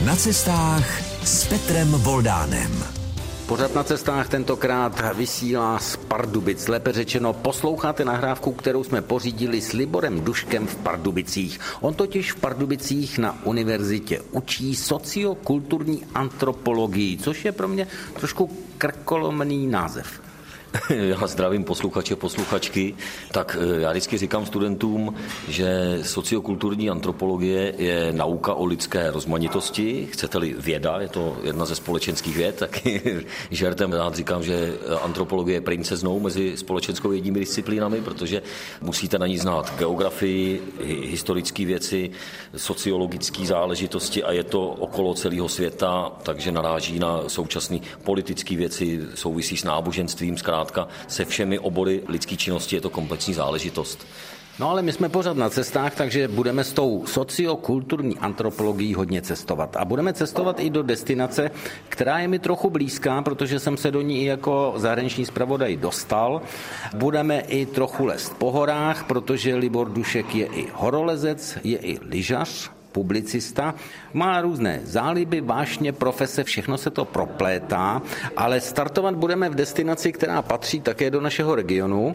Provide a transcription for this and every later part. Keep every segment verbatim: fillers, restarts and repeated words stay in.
Na cestách s Petrem Voldánem. Pořad Na cestách tentokrát vysílá z Pardubic. Lépe řečeno, posloucháte nahrávku, kterou jsme pořídili s Liborem Duškem v Pardubicích. On totiž v Pardubicích na univerzitě učí sociokulturní antropologii, což je pro mě trošku krkolomný název. Já zdravím posluchače, posluchačky. Tak já vždycky říkám studentům, že sociokulturní antropologie je nauka o lidské rozmanitosti. Chcete-li věda, je to jedna ze společenských věd, tak žertem rád říkám, že antropologie je princeznou mezi společensko-vědními disciplínami, protože musíte na ní znát geografii, historické věci, sociologické záležitosti a je to okolo celého světa, takže naráží na současné politické věci, souvisí s náboženstvím, zkrátka se všemi obory lidské činnosti, je to komplexní záležitost. No ale my jsme pořád na cestách, takže budeme s tou sociokulturní antropologií hodně cestovat. A budeme cestovat i do destinace, která je mi trochu blízká, protože jsem se do ní i jako zahraniční zpravodaj dostal. Budeme i trochu lézt po horách, protože Libor Dušek je i horolezec, je i lyžař, publicista, má různé záliby, vášně, profese, všechno se to proplétá, ale startovat budeme v destinaci, která patří také do našeho regionu.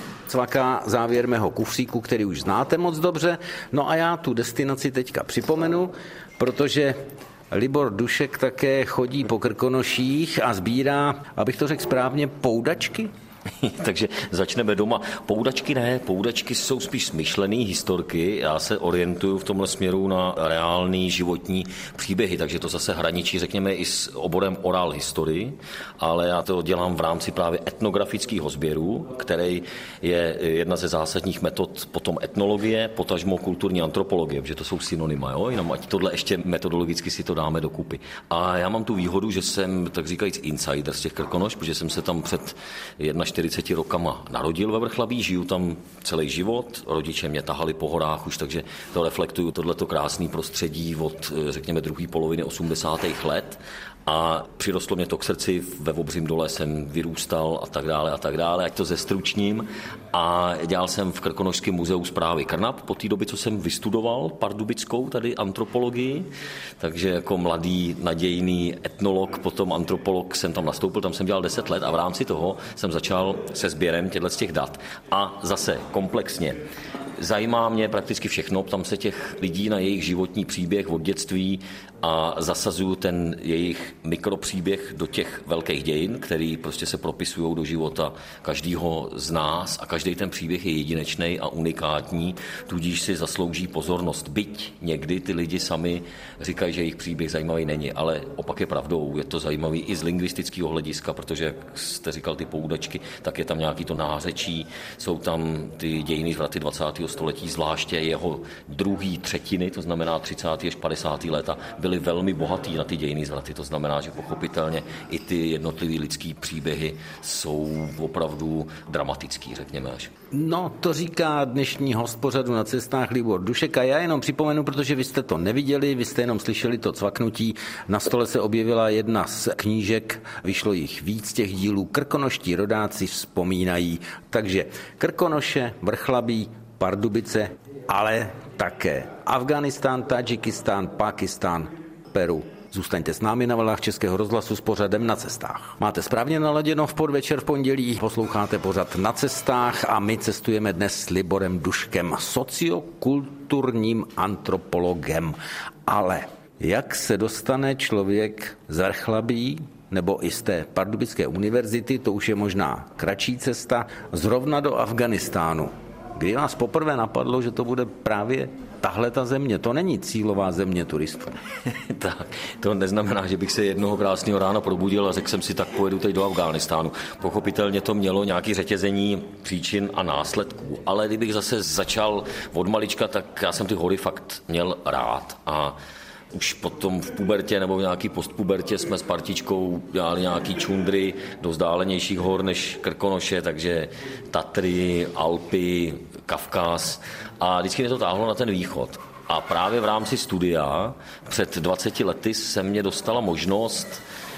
Cvaká závěr mého kufříku, který už znáte moc dobře. No a já tu destinaci teďka připomenu, protože Libor Dušek také chodí po Krkonoších a sbírá, abych to řekl správně, poudačky. Takže začneme doma. Poudačky ne, poudačky jsou spíš smyšlený historky. Já se orientuju v tomhle směru na reální životní příběhy, takže to zase hraničí, řekněme, i s oborem oral historii, ale já to dělám v rámci právě etnografického sběru, který je jedna ze zásadních metod potom etnologie, potažmo kulturní antropologie, protože to jsou synonyma, jo? Jenom ať tohle ještě metodologicky si to dáme dokupy. A já mám tu výhodu, že jsem, tak říkajíc, insider z těch Krkonoš, protože jsem se tam před čtyřiceti rokama narodil ve Vrchlabí, žiju tam celý život, rodiče mě tahali po horách už, takže to reflektuju tohleto krásné prostředí od, řekněme, druhé poloviny osmdesátých let a přirostlo mě to k srdci, ve Obřím dole jsem vyrůstal a tak dále a tak dále, ať to zestručním a dělal jsem v Krkonošském muzeu správy Krnap po té době, co jsem vystudoval pardubickou tady antropologii, takže jako mladý nadějný etnolog, potom antropolog jsem tam nastoupil, tam jsem dělal deset let a v rámci toho jsem začal se sběrem těchto těch dat a zase komplexně. Zajímá mě prakticky všechno, ptám se těch lidí na jejich životní příběh od dětství a zasazuju ten jejich mikropříběh do těch velkých dějin, který prostě se propisují do života každýho z nás a každý ten příběh je jedinečný a unikátní, tudíž si zaslouží pozornost. Byť někdy ty lidi sami říkají, že jejich příběh zajímavý není, ale opak je pravdou, je to zajímavý i z lingvistického hlediska, protože jak jste říkal ty poudačky, tak je tam nějaký to nářečí, jsou tam ty dějiny zvraty dvacátého století, zvláště jeho druhý třetiny, to znamená třicátá až padesátá léta, byly velmi bohatý na ty dějiny zvraty, to znamená, že pochopitelně i ty jednotlivý lidský příběhy jsou opravdu dramatický, řekněme až. No, to říká dnešní host pořadu Na cestách Libor Dušek a já jenom připomenu, protože vy jste to neviděli, vy jste jenom slyšeli to cvaknutí. Na stole se objevila jedna z knížek, vyšlo jich víc těch dílů, Krkonoští rodáci vzpomínají. Takže Krkonoše, Vrchlabí, Pardubice, ale také Afghánistán, Tadžikistán, Pákistán, Peru. Zůstaňte s námi na vlnách Českého rozhlasu s pořadem Na cestách. Máte správně naladěno v podvečer v pondělí, posloucháte pořad Na cestách a my cestujeme dnes s Liborem Duškem, sociokulturním antropologem. Ale jak se dostane člověk z Vrchlabí nebo i z té Pardubické univerzity, to už je možná kratší cesta, zrovna do Afghánistánu? Kdy vás poprvé napadlo, že to bude právě tahle ta země? To není cílová země turistů. Tak, to neznamená, že bych se jednoho krásného rána probudil a řekl jsem si, tak pojedu teď do Afghánistánu. Pochopitelně to mělo nějaké řetězení příčin a následků, ale kdybych zase začal od malička, tak já jsem ty hory fakt měl rád a už potom v pubertě nebo v nějaký postpubertě jsme s partičkou dělali nějaký čundry do vzdálenějších hor než Krkonoše, takže Tatry, Alpy, Kavkaz a vždycky mě to táhlo na ten východ. A právě v rámci studia před dvaceti lety se mě dostala možnost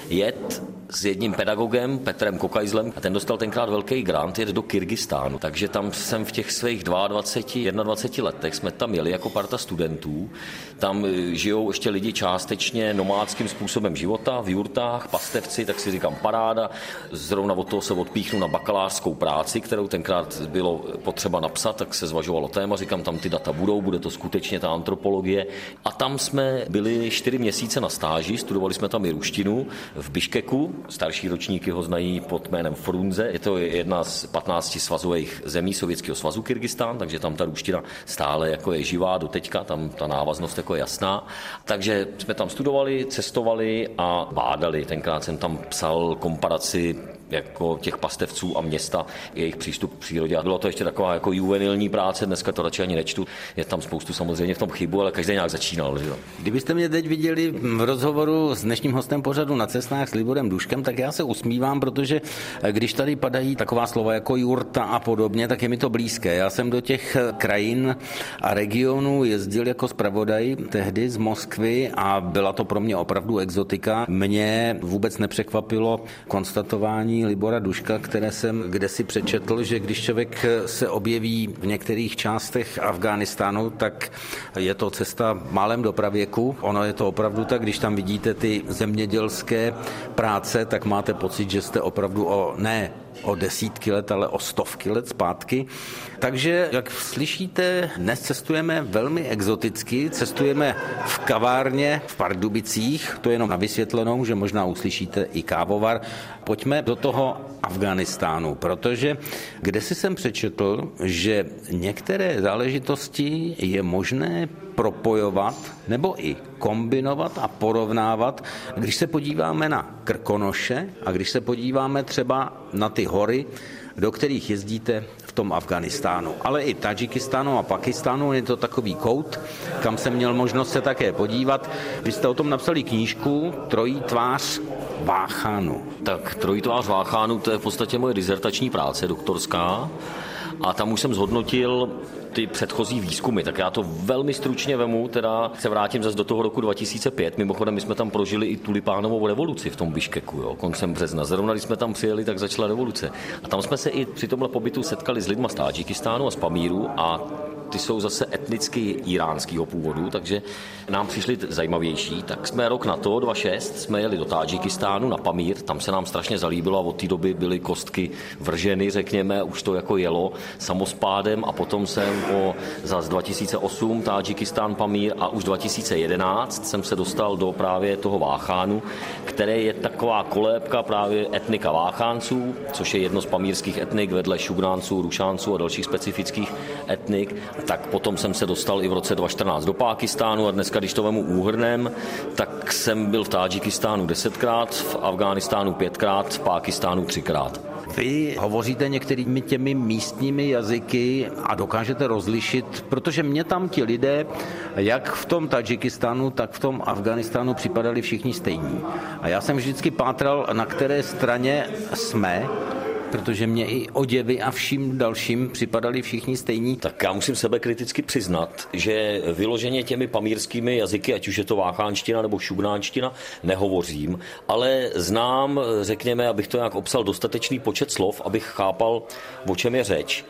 jet s jedním pedagogem, Petrem Kokajzlem, a ten dostal tenkrát velký grant jet do Kyrgyzstánu. Takže tam jsem v těch svých dvaceti dvou, dvaceti jedné letech jsme tam jeli jako parta studentů. Tam žijou ještě lidi částečně nomádským způsobem života, v jurtách, pastevci, tak si říkám paráda. Zrovna od toho se odpíchnu na bakalářskou práci, kterou tenkrát bylo potřeba napsat, tak se zvažovalo téma, říkám, tam ty data budou, bude to skutečně ta antropologie. A tam jsme byli čtyři měsíce na stáži, studovali jsme tam i ruštinu v Biškeku. Starší ročníky ho znají pod jménem Frunze. Je to jedna z patnácti svazových zemí Sovětského svazu Kyrgyzstán, takže tam ta ruština stále jako je živá do teďka, tam ta návaznost jako je jasná. Takže jsme tam studovali, cestovali a bádali. Tenkrát jsem tam psal komparaci jako těch pastevců a města, jejich přístup k přírodě. A bylo to ještě taková jako juvenilní práce, dneska to radši ani nečtu. Je tam spoustu samozřejmě v tom chybu, ale každý nějak začínal. Že? Kdybyste mě teď viděli v rozhovoru s dnešním hostem pořadu Na cestách s Liborem Duškem, tak já se usmívám, protože když tady padají taková slova jako jurta a podobně, tak je mi to blízké. Já jsem do těch krajin a regionů jezdil jako zpravodaj tehdy z Moskvy a byla to pro mě opravdu exotika. Mě vůbec nepřekvapilo konstatování Libora Duška, které jsem kdesi přečetl, že když člověk se objeví v některých částech Afghánistánu, tak je to cesta málem do pravěku. Ono je to opravdu tak, když tam vidíte ty zemědělské práce, tak máte pocit, že jste opravdu o ne o desítky let, ale o stovky let zpátky. Takže, jak slyšíte, dnes cestujeme velmi exoticky, cestujeme v kavárně v Pardubicích, to je jenom na vysvětlenou, že možná uslyšíte i kávovar. Pojďme do toho Afghánistánu, protože kdesi jsem přečetl, že některé záležitosti je možné propojovat nebo i kombinovat a porovnávat, když se podíváme na Krkonoše a když se podíváme třeba na ty hory, do kterých jezdíte v tom Afghánistánu. Ale i Tadžikistánu a Pakistánu je to takový kout, kam jsem měl možnost se také podívat. Vy jste o tom napsali knížku Trojí tvář Váchánu. Tak Trojí tvář Váchánu, to je v podstatě moje dizertační práce, doktorská. A tam už jsem zhodnotil ty předchozí výzkumy, tak já to velmi stručně vemu, teda se vrátím zase do toho roku dva tisíce pět, mimochodem my jsme tam prožili i tulipánovou revoluci v tom Biškeku, jo, koncem března, zrovna když jsme tam přijeli, tak začala revoluce. A tam jsme se i při tomhle pobytu setkali s lidma z Tádžikistánu a z Pamíru a ty jsou zase etnicky iránského původu, takže nám přišli zajímavější. Tak jsme rok na to, dva tisíce šest, jsme jeli do Tádžikistánu na Pamír, tam se nám strašně zalíbilo a od té doby byly kostky vrženy, řekněme, už to jako jelo samospádem a potom jsem o zas dva tisíce osm Tádžikistán, Pamír a už dva tisíce jedenáct jsem se dostal do právě toho Váchánu, které je taková kolébka právě etnika Váchánců, což je jedno z pamírských etnik vedle Šugnánců, Rušánců a dalších specifických etnik. Tak potom jsem se dostal i v roce dva tisíce čtrnáct do Pákistánu a dneska, když to vemu úhrnem, tak jsem byl v Tádžikistánu desetkrát, v Afghánistánu pětkrát, v Pákistánu třikrát. Vy hovoříte některými těmi místními jazyky a dokážete rozlišit, protože mě tam ti lidé, jak v tom Tadžikistánu, tak v tom Afghánistánu připadali všichni stejní. A já jsem vždycky pátral, na které straně jsme, protože mě i oděvy a vším dalším připadali všichni stejní. Tak já musím sebe kriticky přiznat, že vyloženě těmi pamírskými jazyky, ať už je to váchánština nebo šugnánština, nehovořím, ale znám, řekněme, abych to nějak obsal, dostatečný počet slov, abych chápal, o čem je řeč.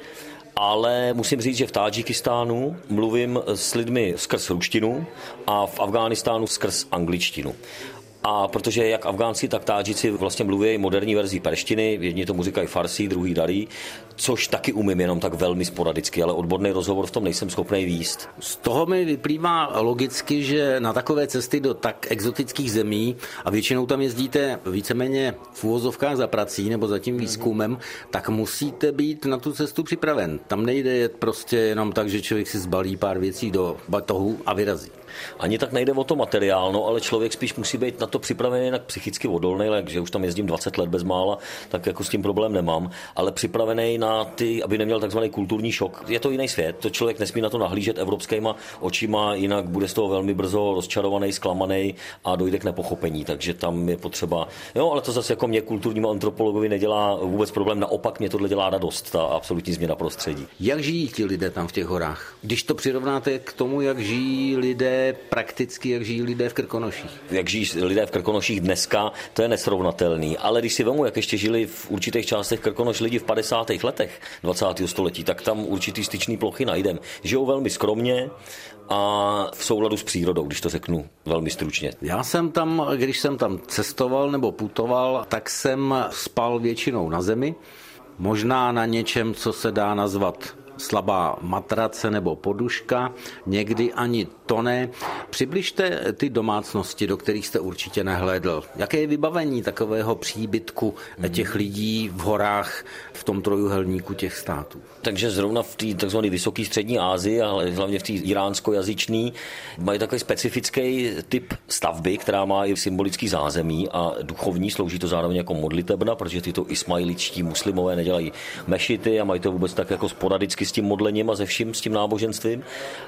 Ale musím říct, že v Tádžikistánu mluvím s lidmi skrz ruštinu a v Afghánistánu skrz angličtinu. A protože jak Afgánci, tak Tádžici vlastně mluví moderní verzi perštiny, jedni tomu říkají farsi, druhý darí, což taky umím jenom tak velmi sporadicky, ale odborný rozhovor v tom nejsem schopný vést. Z toho mi vyplývá logicky, že na takové cesty do tak exotických zemí a většinou tam jezdíte víceméně v uvozovkách za prací nebo za tím výzkumem, tak musíte být na tu cestu připraven. Tam nejde jet prostě jenom tak, že člověk si zbalí pár věcí do batohu a vyrazí. Ani tak nejde o to materiálno, ale člověk spíš musí být na to připravený jinak psychicky odolný, že už tam jezdím dvacet let bezmála, tak jako s tím problém nemám, ale připravený na na ty, aby neměl takzvaný kulturní šok. Je to jiný svět, to člověk nesmí na to nahlížet evropskýma očima, jinak bude z toho velmi brzo rozčarovaný, zklamaný a dojde k nepochopení, takže tam je potřeba. Jo, ale to zase jako mě kulturnímu antropologovi nedělá vůbec problém, naopak mě tohle dělá radost, ta absolutní změna prostředí. Jak žijí ti lidé tam v těch horách? Když to přirovnáte k tomu, jak žijí lidé prakticky, jak žijí lidé v Krkonoších. Jak žijí lidé v Krkonoších dneska, to je nesrovnatelný, ale když si vemu, jak ještě žili v určitých částech Krkonoš lidi v padesátých letech dvacátého století, tak tam určitý styčný plochy najdem. Žijou velmi skromně a v souladu s přírodou, když to řeknu velmi stručně. Já jsem tam, když jsem tam cestoval nebo putoval, tak jsem spal většinou na zemi, možná na něčem, co se dá nazvat slabá matrace nebo poduška, někdy ani to ne. Přibližte ty domácnosti, do kterých jste určitě nehlédl. Jaké je vybavení takového příbytku těch lidí v horách v tom trojuhelníku těch států? Takže zrovna v té tzv. Vysoké střední Asii, ale hlavně v té iránsko-jazyčné, mají takový specifický typ stavby, která má i symbolický zázemí a duchovní, slouží to zároveň jako modlitebna, protože tyto ismailičtí muslimové nedělají mešity a mají to vůbec tak jako sporadicky s tím modlením a ze vším, s tím náboženstvím.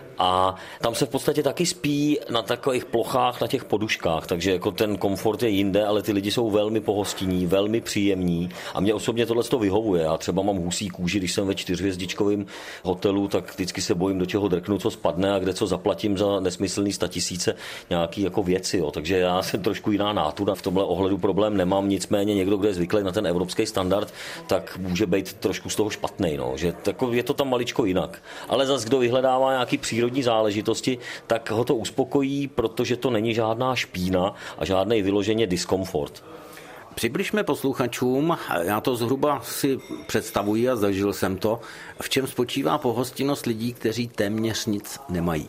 A tam se v podstatě taky spí na takových plochách, na těch poduškách, takže jako ten komfort je jinde, ale ty lidi jsou velmi pohostinní, velmi příjemní a mě osobně tohle to vyhovuje. Já třeba mám husí kůži, když jsem ve čtyřhvězdičkovém hotelu, tak vždycky se bojím, do čeho drknu, co spadne a kde co zaplatím za nesmyslný statisíce nějaký jako věci. Jo. Takže já jsem trošku jiná nátura, v tomhle ohledu problém nemám, nicméně někdo, kdo je zvyklý na ten evropský standard, tak může být trošku z toho špatnej, no. Že tako, je to tam maličko jinak. Ale zas kdo vyhledává nějaký přírodní záležitosti, tak ho to uspokojí, protože to není žádná špína a žádný vyloženě diskomfort. Přibližme posluchačům, já to zhruba si představuji a zažil jsem to, v čem spočívá pohostinnost lidí, kteří téměř nic nemají.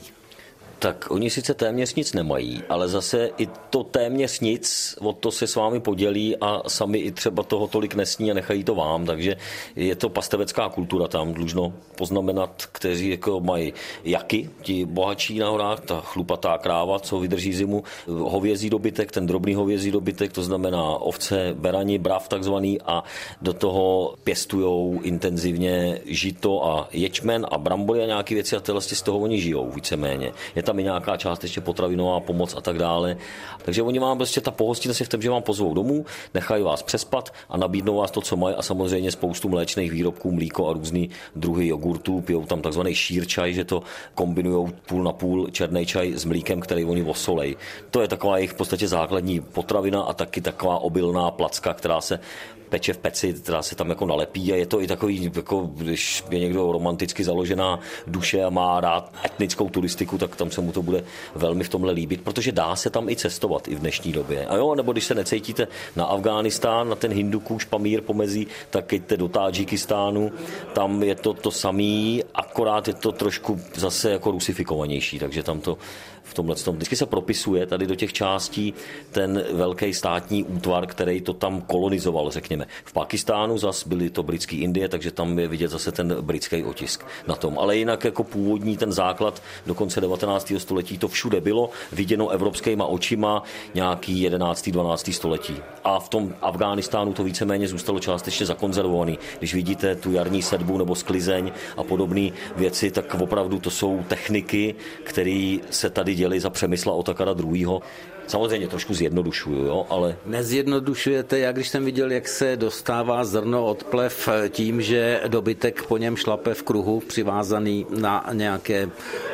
Tak oni sice téměř nic nemají, ale zase i to téměř nic, o to se s vámi podělí a sami i třeba toho tolik nesní a nechají to vám, takže je to pastevecká kultura tam, dlužno poznamenat, kteří jako mají jaky, ti bohatší na horách, ta chlupatá kráva, co vydrží zimu, hovězí dobytek, ten drobný hovězí dobytek, to znamená ovce, berani, brav takzvaný a do toho pěstujou intenzivně žito a ječmen a brambory a nějaké věci a tyhle z toho oni žijou víceméně. Je tam i nějaká část ještě potravinová pomoc a tak dále. Takže oni vám prostě ta pohostinnost je v tom, že vám pozvou domů, nechají vás přespat a nabídnou vás to, co mají a samozřejmě spoustu mléčných výrobků, mlíko a různý druhy jogurtů, pijou tam takzvaný šír čaj, že to kombinujou půl na půl černý čaj s mlíkem, který oni osolej. To je taková jejich v podstatě základní potravina a taky taková obilná placka, která se peče v peci, která se tam jako nalepí a je to i takový, jako když je někdo romanticky založená duše a má rád etnickou turistiku, tak tam se mu to bude velmi v tomhle líbit, protože dá se tam i cestovat i v dnešní době. A jo, nebo když se necítíte na Afghánistán, na ten Hindukůš, Pamír pomezí, tak jděte do Tádžikistánu, tam je to to samý, akorát je to trošku zase jako rusifikovanější, takže tam to v tomhle tom vždycky se propisuje tady do těch částí ten velký státní útvar, který to tam kolonizoval, řekněme. V Pákistánu zas byly to britský Indie, takže tam je vidět zase ten britský otisk na tom. Ale jinak jako původní ten základ do konce devatenáctého století to všude bylo, viděno evropskýma očima nějaký jedenáctého dvanáctého století. A v tom Afghánistánu to víceméně zůstalo částečně zakonzervovaný. Když vidíte tu jarní sedbu nebo sklizeň a podobné věci, tak opravdu to jsou techniky, které se tady děli za Přemysla Otakara druhého. Samozřejmě trošku zjednodušuju, jo, ale... Nezjednodušujete, já když jsem viděl, jak se dostává zrno od plev tím, že dobytek po něm šlape v kruhu přivázaný na nějaké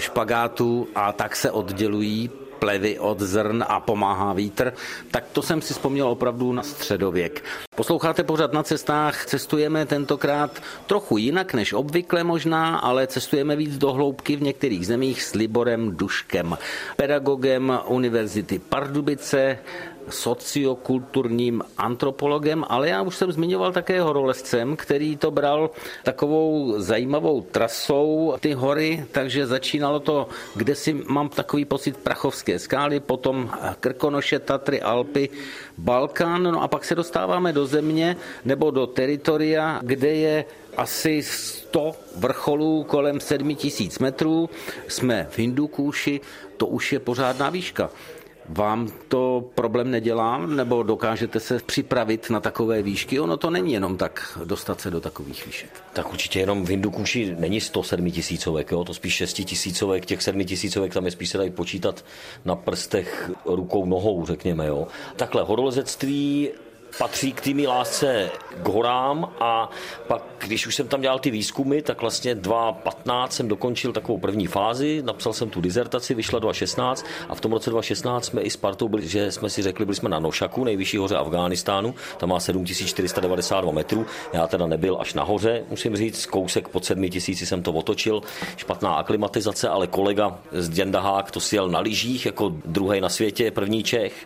špagátu a tak se oddělují plevy od zrn a pomáhá vítr, tak to jsem si vzpomněl opravdu na středověk. Posloucháte pořad Na cestách, cestujeme tentokrát trochu jinak než obvykle možná, ale cestujeme víc do hloubky v některých zemích s Liborem Duškem, pedagogem Univerzity Pardubice, sociokulturním antropologem, ale já už jsem zmiňoval také horolezcem, který to bral takovou zajímavou trasou ty hory, takže začínalo to, kde si mám takový pocit Prachovské skály, potom Krkonoše, Tatry, Alpy, Balkán, no a pak se dostáváme do země nebo do teritoria, kde je asi sto vrcholů kolem sedm tisíc metrů, jsme v Hindukúši, to už je pořádná výška. Vám to problém nedělá, nebo dokážete se připravit na takové výšky? Ono to není jenom tak dostat se do takových výšek. Tak určitě jenom v Hindukuši není sto sedm tisícovek, jo? To spíš šest tisícovek, těch sedm tisícovek tam je spíš se dají počítat na prstech rukou, nohou, řekněme. Jo? Takhle, horolezectví patří k té mý lásce k horám a pak, když už jsem tam dělal ty výzkumy, tak vlastně dva tisíce patnáct jsem dokončil takovou první fázi, napsal jsem tu dizertaci, vyšla dva tisíce šestnáct a v tom roce dva tisíce šestnáct jsme i s partou byli, že jsme si řekli, byli jsme na Nošaku, nejvyšší hoře Afghánistánu, tam má sedm tisíc čtyři sta devadesát dva metrů, já teda nebyl až nahoře, musím říct, kousek pod sedmi tisíci jsem to otočil, špatná aklimatizace, ale kolega z Děndahák to si jel na lyžích, jako druhý na světě, první Čech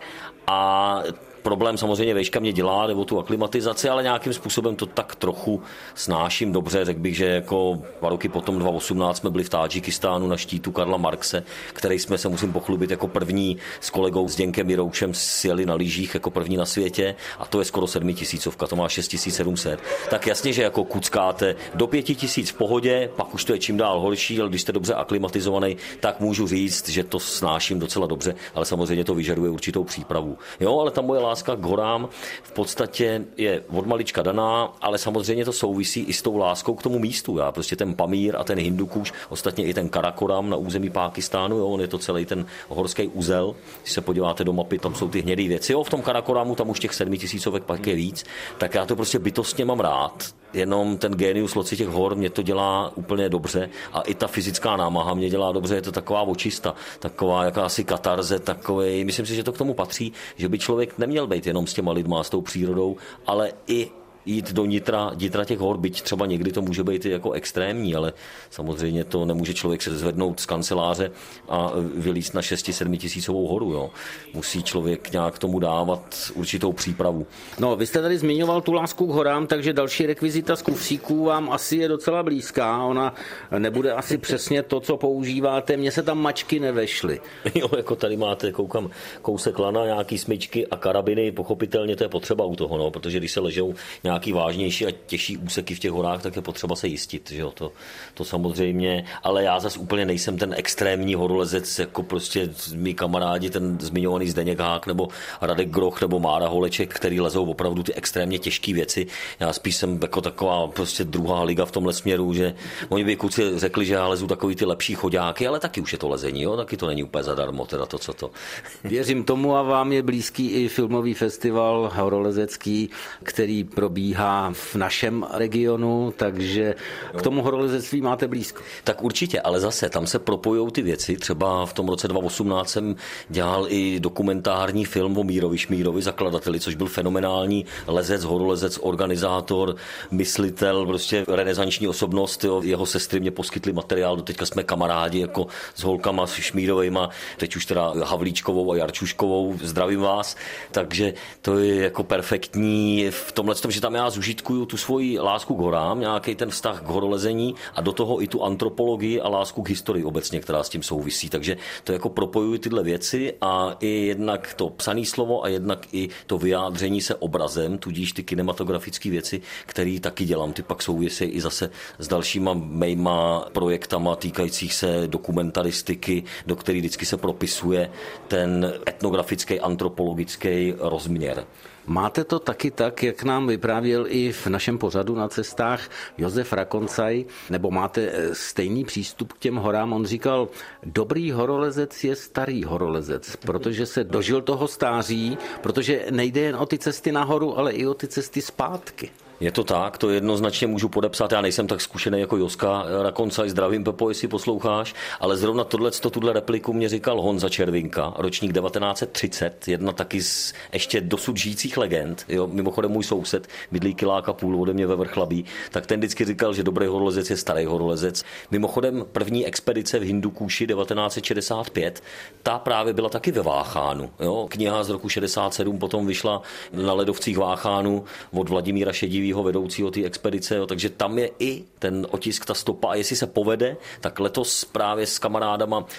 a problém samozřejmě výška mě dělá, nebo tu aklimatizaci, ale nějakým způsobem to tak trochu snáším dobře. Řekl bych, že jako dva roky potom, dva tisíce osmnáct, jsme byli v Tádžikistánu na štítu Karla Marxe, který jsme se musím pochlubit jako první s kolegou Zděňkem Jiroušem sjeli na lyžích jako první na světě a to je skoro sedmitisícovka, to má šest tisíc sedm set. Tak jasně, že jako kuckáte do pěti tisíc v pohodě, pak už to je čím dál horší, ale když jste dobře aklimatizovaný, tak můžu říct, že to snáším docela dobře, ale samozřejmě to vyžaduje určitou přípravu. Jo, ale ta moje láska k horám v podstatě je od malička daná, ale samozřejmě to souvisí i s tou láskou k tomu místu. Já prostě ten Pamír a ten Hindukuš, ostatně i ten Karakoram na území Pákistánu, jo, on je to celý ten horský uzel. Když se podíváte do mapy, tam jsou ty hnědé věci. Jo, v tom Karakoramu tam už těch sedmitisícovek pak je víc, tak já to prostě bytostně mám rád. Jenom ten génius loci těch hor mě to dělá úplně dobře a i ta fyzická námaha mě dělá dobře, je to taková očista, taková jakási katarze, takovej, myslím si, že to k tomu patří, že by člověk neměl být jenom s těma lidma, s tou přírodou, ale i jít do nitra, nitra těch hor, byť třeba někdy to může být jako extrémní, ale samozřejmě to nemůže člověk se zvednout z kanceláře a vylízt na šesti sedmi tisícovou horu. Jo. Musí člověk nějak tomu dávat určitou přípravu. No, vy jste tady zmiňoval tu lásku k horám, takže další rekvizita z kufříků vám asi je docela blízká. Ona nebude asi přesně to, co používáte. Mně se tam mačky nevešly. Jo, jako tady máte, koukám, kousek lana, nějaký smyčky a karabiny, pochopitelně to je potřeba u toho, no, protože když se ležou nějaký vážnější a těžší úseky v těch horách, tak je potřeba se jistit, že jo, to, to samozřejmě, ale já zas úplně nejsem ten extrémní horolezec, jako prostě mý kamarádi, ten zmiňovaný Zdeněk Hák, nebo Radek Groch, nebo Mára Holeček, který lezou opravdu ty extrémně těžké věci. Já spíš jsem jako taková prostě druhá liga v tomhle směru, že oni by kluci řekli, že já lezu takový ty lepší chodáky, ale taky už je to lezení, jo, taky to není úplně zadarmo, teda to, co to. Věřím tomu a vám je blízký i filmový festival horolezecký, který probíhá v našem regionu, takže k tomu horolezectví máte blízko. Tak určitě, ale zase tam se propojou ty věci. Třeba v tom roce dva tisíce osmnáct jsem dělal i dokumentární film o Mírovi Šmírovi, zakladateli, což byl fenomenální lezec, horolezec, organizátor, myslitel, prostě renesanční osobnost. Jo. Jeho sestry mě poskytly materiál, doteďka jsme kamarádi jako s holkama, s Šmírovejma, teď už teda Havlíčkovou a Jarčuškovou, zdravím vás. Takže to je jako perfektní v tomhle tom, že tam já zužitkuju tu svoji lásku k horám, nějaký ten vztah k horolezení a do toho i tu antropologii a lásku k historii obecně, která s tím souvisí. Takže to jako propojuji tyhle věci a i jednak to psané slovo a jednak i to vyjádření se obrazem, tudíž ty kinematografické věci, které taky dělám. Ty pak souvisí i zase s dalšíma mýma projektama týkajících se dokumentaristiky, do který vždycky se propisuje ten etnografický, antropologický rozměr. Máte to taky tak, jak nám vyprávěl i v našem pořadu Na cestách Josef Rakoncaj, nebo máte stejný přístup k těm horám? On říkal, dobrý horolezec je starý horolezec, protože se dožil toho stáří, protože nejde jen o ty cesty nahoru, ale i o ty cesty zpátky. Je to tak, to jednoznačně můžu podepsat. Já nejsem tak zkušený jako Joska Rakoncaj, zdravím Pepo, jestli posloucháš, ale zrovna tohleto, tuhle repliku mě říkal Honza Červinka, ročník devatenáct set třicet, jedna taky z ještě dosud žijících legend, jo, mimochodem můj soused, bydlí kilák a půl ode mě ve Vrchlabí, tak ten vždycky říkal, že dobrý horolezec je starý horolezec. Mimochodem první expedice v Hindukuši devatenáct set šedesát pět, ta právě byla taky ve Váchánu. Jo. Kniha z roku šedesát sedm potom vyšla na ledovcích Váchánu od Vladimíra Šedivýho, vedoucího té expedice, jo, takže tam je i ten otisk, ta stopa a jestli se povede, tak letos právě s kamarádama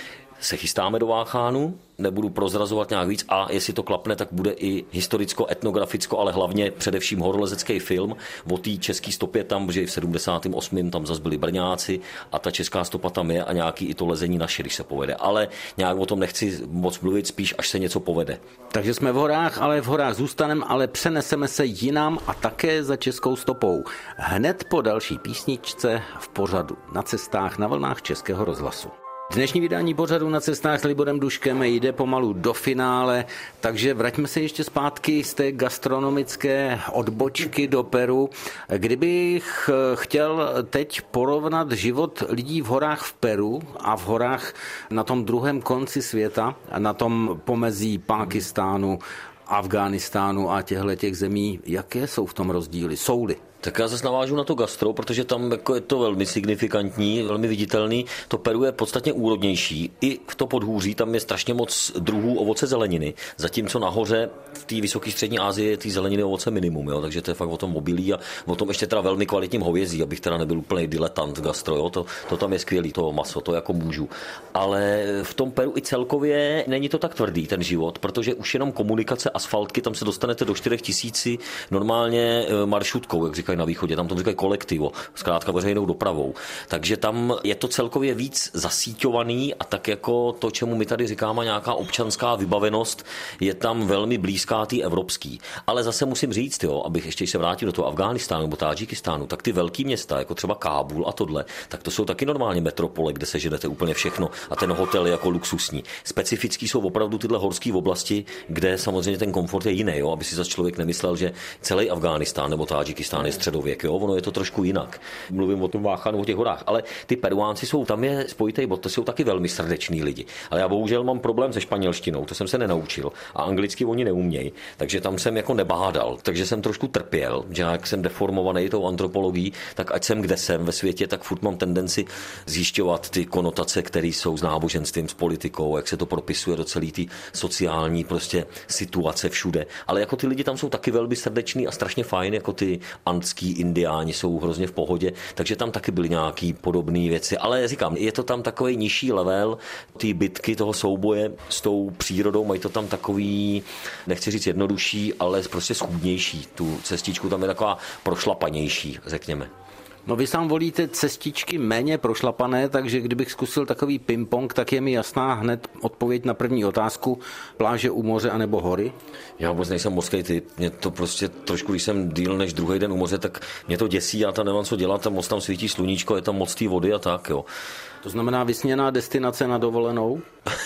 se chystáme do Váchánu, nebudu prozrazovat nějak víc a jestli to klapne, tak bude i historicko-etnograficko, ale hlavně především horolezecký film o té české stopě tam, protože v sedmdesátém osmém tam zase byli Brňáci a ta česká stopa tam je a nějaký i to lezení naše, když se povede. Ale nějak o tom nechci moc mluvit, spíš až se něco povede. Takže jsme v horách, ale v horách zůstaneme, ale přeneseme se jinam a také za českou stopou. Hned po další písničce v pořadu Na cestách na vlnách Českého rozhlasu. Dnešní vydání pořadu Na cestách s Liborem Duškem jde pomalu do finále, takže vraťme se ještě zpátky z té gastronomické odbočky do Peru. Kdybych chtěl teď porovnat život lidí v horách v Peru a v horách na tom druhém konci světa, na tom pomezí Pákistánu, Afghánistánu a těchto těch zemí, jaké jsou v tom rozdíly? Jsou-li? Tak já zase navážu na to gastro, protože tam jako je to velmi signifikantní, velmi viditelný. To Peru je podstatně úrodnější. I v to podhůří tam je strašně moc druhů ovoce zeleniny, zatímco nahoře v té vysoké střední Asii je té zeleniny ovoce minimum, jo? Takže to je fakt o tom obilí a o tom ještě teda velmi kvalitním hovězí, abych teda nebyl úplný diletant gastro, jo? To, to tam je skvělý, to maso, to jako můžu. Ale v tom Peru i celkově není to tak tvrdý ten život, protože už jenom komunikace, asfaltky, tam se dostanete do čtyřech tisíci normálně maršrutkou, jak říkají na východě, tam to říkají kolektivo, zkrátka veřejnou dopravou. Takže tam je to celkově víc zasíťovaný a tak jako to, čemu my tady říkáme nějaká občanská vybavenost, je tam velmi blízká té evropský. Ale zase musím říct, jo, abych ještě se vrátil do toho Afghánistánu nebo Tádžikistánu, tak ty velký města, jako třeba Kábul a tohle, tak to jsou taky normálně metropole, kde se ženete úplně všechno a ten hotel je jako luxusní. Specifický jsou opravdu tyhle horské oblasti, kde samozřejmě ten komfort je jiný, jo, aby si zase člověk nemyslel, že celý Afghánistán nebo Tádžikistán je středověk, jo, ono je to trošku jinak. Mluvím o tom Váchánu, o těch horách, ale ty Peruánci jsou, tam je spojitý bod, to jsou taky velmi srdeční lidi. Ale já bohužel mám problém se španělštinou, to jsem se nenaučil a anglicky oni neumějí, takže tam jsem jako nebádal, takže jsem trošku trpěl, že jak jsem deformovaný tou antropologií, tak ať jsem kde jsem ve světě, tak furt mám tendenci zjišťovat ty konotace, které jsou s náboženstvím, s politikou, jak se to propisuje do celé té sociální prostě situace všude. Ale jako ty lidi tam jsou taky velmi srdeční a strašně fajn, jako ty andský indiáni jsou hrozně v pohodě, takže tam taky byly nějaký podobné věci. Ale říkám, je to tam takový nižší level, ty bitky toho souboje s tou přírodou, mají to tam takový, nechci říct jednodušší, ale prostě schůdnější. Tu cestičku tam je taková prošlapanější, řekněme. No vy sám volíte cestičky méně prošlapané, takže kdybych zkusil takový ping-pong, tak je mi jasná hned odpověď na první otázku. Pláže u moře anebo hory? Já vůbec nejsem mořský typ. Mě to prostě trošku, když jsem díl než druhý den u moře, tak mě to děsí, já tam nemám co dělat, tam moc tam svítí sluníčko, je tam moc té vody a tak, jo. To znamená vysněná destinace na dovolenou?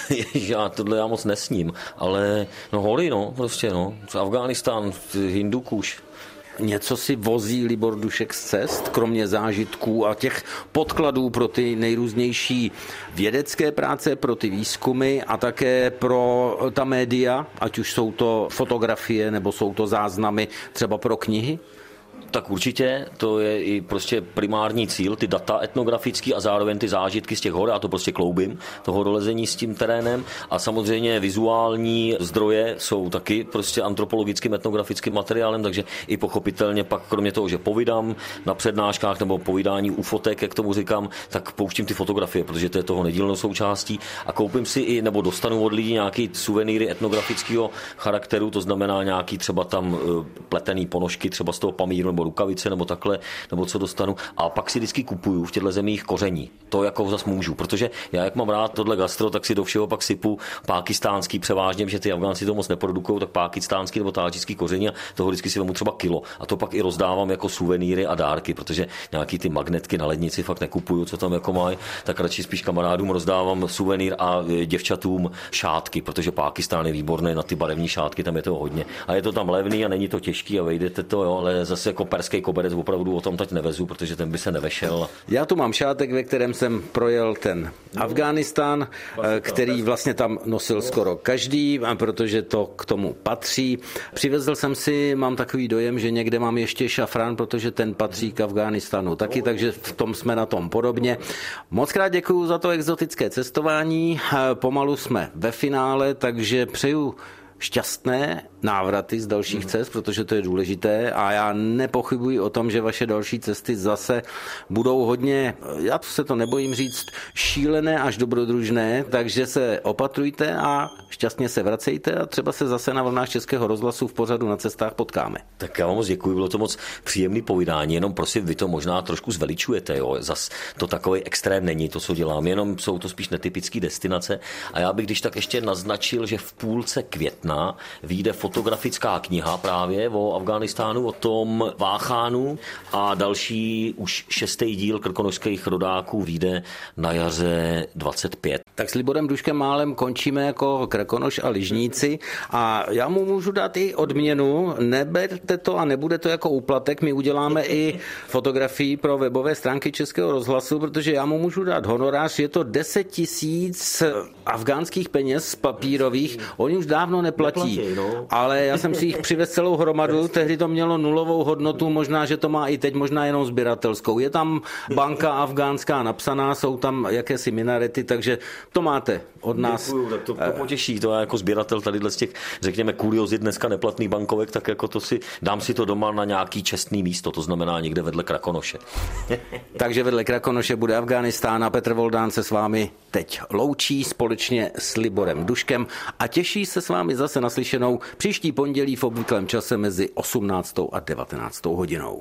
Já tohle já moc nesním, ale no hory, no, prostě, no. Afghánistán, Hindukuš. Něco si vozí Libor Dušek z cest, kromě zážitků a těch podkladů pro ty nejrůznější vědecké práce, pro ty výzkumy a také pro ta média, ať už jsou to fotografie nebo jsou to záznamy třeba pro knihy? Tak určitě, to je i prostě primární cíl, ty data etnografický a zároveň ty zážitky z těch hor, já to prostě kloubím, toho dolezení s tím terénem a samozřejmě vizuální zdroje jsou taky prostě antropologickým, etnografickým materiálem, takže i pochopitelně pak kromě toho, že povídám na přednáškách nebo povídání u fotek, jak tomu říkám, tak pouštím ty fotografie, protože to je toho nedílnou součástí a koupím si i nebo dostanu od lidí nějaký suvenýry etnografického charakteru, to znamená nějaký třeba tam pletený ponožky, třeba z toho Pamíru nebo rukavice nebo takhle, nebo co dostanu. A pak si vždycky kupuju v těchto zemích koření. To jako zas můžu, protože já jak mám rád tohle gastro, tak si do všeho pak sypu pákistánský převážně, že ty Afgánci to moc neprodukují, tak pákistánský nebo tádžický koření a toho vždycky si vemu třeba kilo. A to pak i rozdávám jako suvenýry a dárky, protože nějaký ty magnetky na lednici fakt nekupuju, co tam jako mají, tak radši spíš kamarádům rozdávám suvenýr a děvčatům šátky, protože Pákistán je výborný na ty barevní šátky, tam je toho hodně. A je to tam levný a není to těžký a vejdete to, jo, ale zase jako perský koberec opravdu o tom teď nevezu, protože ten by se nevešel. Já tu mám šátek, ve kterém jsem projel ten Afghánistán, který vlastně tam nosil skoro každý, protože to k tomu patří. Přivezl jsem si, mám takový dojem, že někde mám ještě šafrán, protože ten patří k Afghánistánu taky, takže v tom jsme na tom podobně. Moc krát děkuju za to exotické cestování, pomalu jsme ve finále, takže přeju šťastné návraty z dalších mm. cest, protože to je důležité a já nepochybuji o tom, že vaše další cesty zase budou hodně, já se to nebojím říct, šílené až dobrodružné, takže se opatrujte a šťastně se vracejte a třeba se zase na vlnách Českého rozhlasu v pořadu Na cestách potkáme. Tak já vám moc děkuji, bylo to moc příjemný povídání, jenom prosím, vy to možná trošku zveličujete, jo? Zas to takový extrém není to, co dělám, jenom jsou to spíš netypické destinace a já bych když tak ještě naznačil, že v půlce května vyjde fotografická kniha právě o Afghánistánu, o tom Váchánu a další už šestý díl krkonošských rodáků vyjde na jaře dvacet pět. Tak s Liborem Duškem málem končíme jako Krkonoš a lyžníci a já mu můžu dát i odměnu, neberte to a nebude to jako úplatek, my uděláme i fotografii pro webové stránky Českého rozhlasu, protože já mu můžu dát honorář, je to deset tisíc afgánských peněz papírových, oni už dávno neplatí, neplatí no. Ale já jsem si jich přivez celou hromadu, tehdy to mělo nulovou hodnotu, možná, že to má i teď, možná jenom sběratelskou. Je tam banka afgánská napsaná, jsou tam jakési minarety, takže to máte od nás. Děkuju, tak to, to potěší, to já jako sběratel tady z těch, řekněme, kuriozit dneska neplatný bankovek, tak jako to si, dám si to doma na nějaký čestný místo, to znamená někde vedle Krkonoše. Takže vedle Krkonoše bude Afghánistán a Petr Voldán se s vámi teď loučí společně s Liborem Duškem a těší se s vámi zase naslyšenou příští pondělí v obvyklém čase mezi osmnáctou a devatenáctou hodinou.